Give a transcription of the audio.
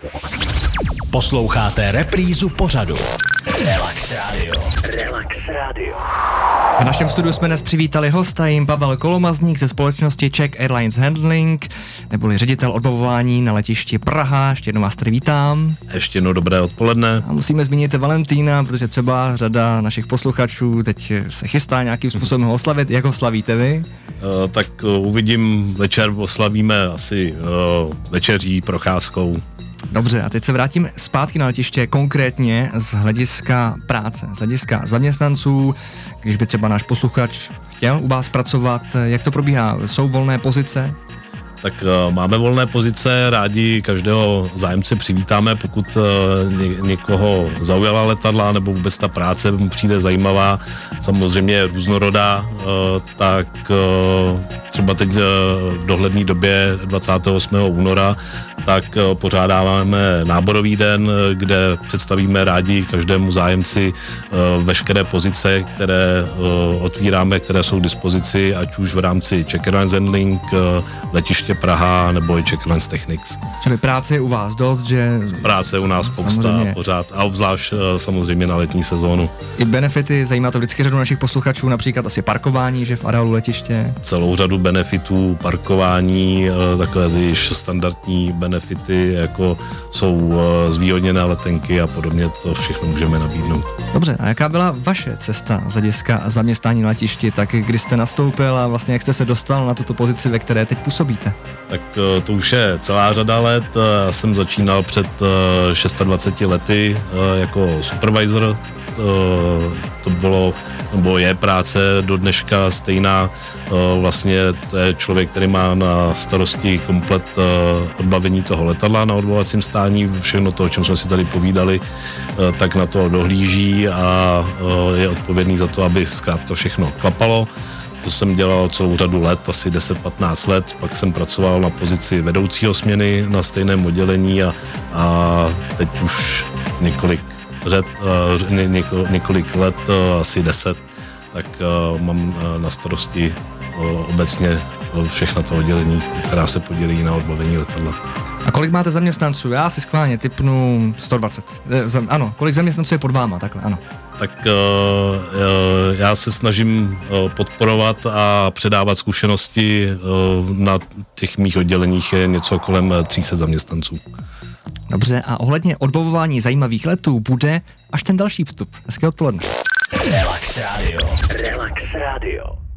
Posloucháte reprízu pořadu Relax Radio. Relax Radio. V našem studiu jsme dnes přivítali hosta, jim Pavel Kolomazník ze společnosti Czech Airlines Handling, neboli ředitel odbavování na letišti Praha. Ještě jednou vás tady vítám. Ještě jednou dobré odpoledne. A musíme zmínit Valentína, protože třeba řada našich posluchačů teď se chystá nějakým způsobem ho oslavit. Jak ho slavíte vy? Tak uvidím, večer oslavíme asi večeří, procházkou. Dobře, a teď se vrátím zpátky na letiště, konkrétně z hlediska práce, z hlediska zaměstnanců. Když by třeba náš posluchač chtěl u vás pracovat, jak to probíhá? Jsou volné pozice? Tak máme volné pozice, rádi každého zájemce přivítáme, pokud někoho zaujala letadla nebo vůbec ta práce mu přijde zajímavá, samozřejmě různorodá, tak třeba teď v dohledné době 28. února tak pořádáme náborový den, kde představíme rádi každému zájemci veškeré pozice, které otvíráme, které jsou k dispozici, ať už v rámci Czech Airlines Handling, letiště Praha nebo i Czech Airlines Technics. Čili práce je u vás dost, že... Práce u nás povstá pořád a obzvlášť samozřejmě na letní sezónu. I benefity, zajímá to vždycky řadu našich posluchačů, například asi parkování, že v areálu letiště. Celou řadu benefitů, parkování, takové již standardní benefity, jako jsou zvýhodněné letenky a podobně, to všechno můžeme nabídnout. Dobře, a jaká byla vaše cesta z hlediska zaměstnání na letišti, tak kdy jste nastoupil a vlastně jak jste se dostal na tuto pozici, ve které teď působíte? Tak to už je celá řada let, já jsem začínal před 26 lety jako supervisor, to bylo, nebo je práce do dneška stejná, vlastně to je člověk, který má na starosti komplet odbavení toho letadla na odbavovacím stání, všechno to, o čem jsme si tady povídali, tak na to dohlíží a je odpovědný za to, aby zkrátka všechno klapalo. To jsem dělal celou řadu let, asi 10-15 let, pak jsem pracoval na pozici vedoucího směny na stejném oddělení a teď už několik let, asi 10, tak mám na starosti obecně všechna ta oddělení, která se podělí na odbavení letadla. A kolik máte zaměstnanců? Já si schválně tipnu 120. Ano, kolik zaměstnanců je pod váma, takhle, ano. Tak já se snažím podporovat a předávat zkušenosti. Na těch mých odděleních je něco kolem 300 zaměstnanců. Dobře, a ohledně odbavování zajímavých letů bude až ten další vstup. Hezké odpoledne. Relax Radio. Relax Radio.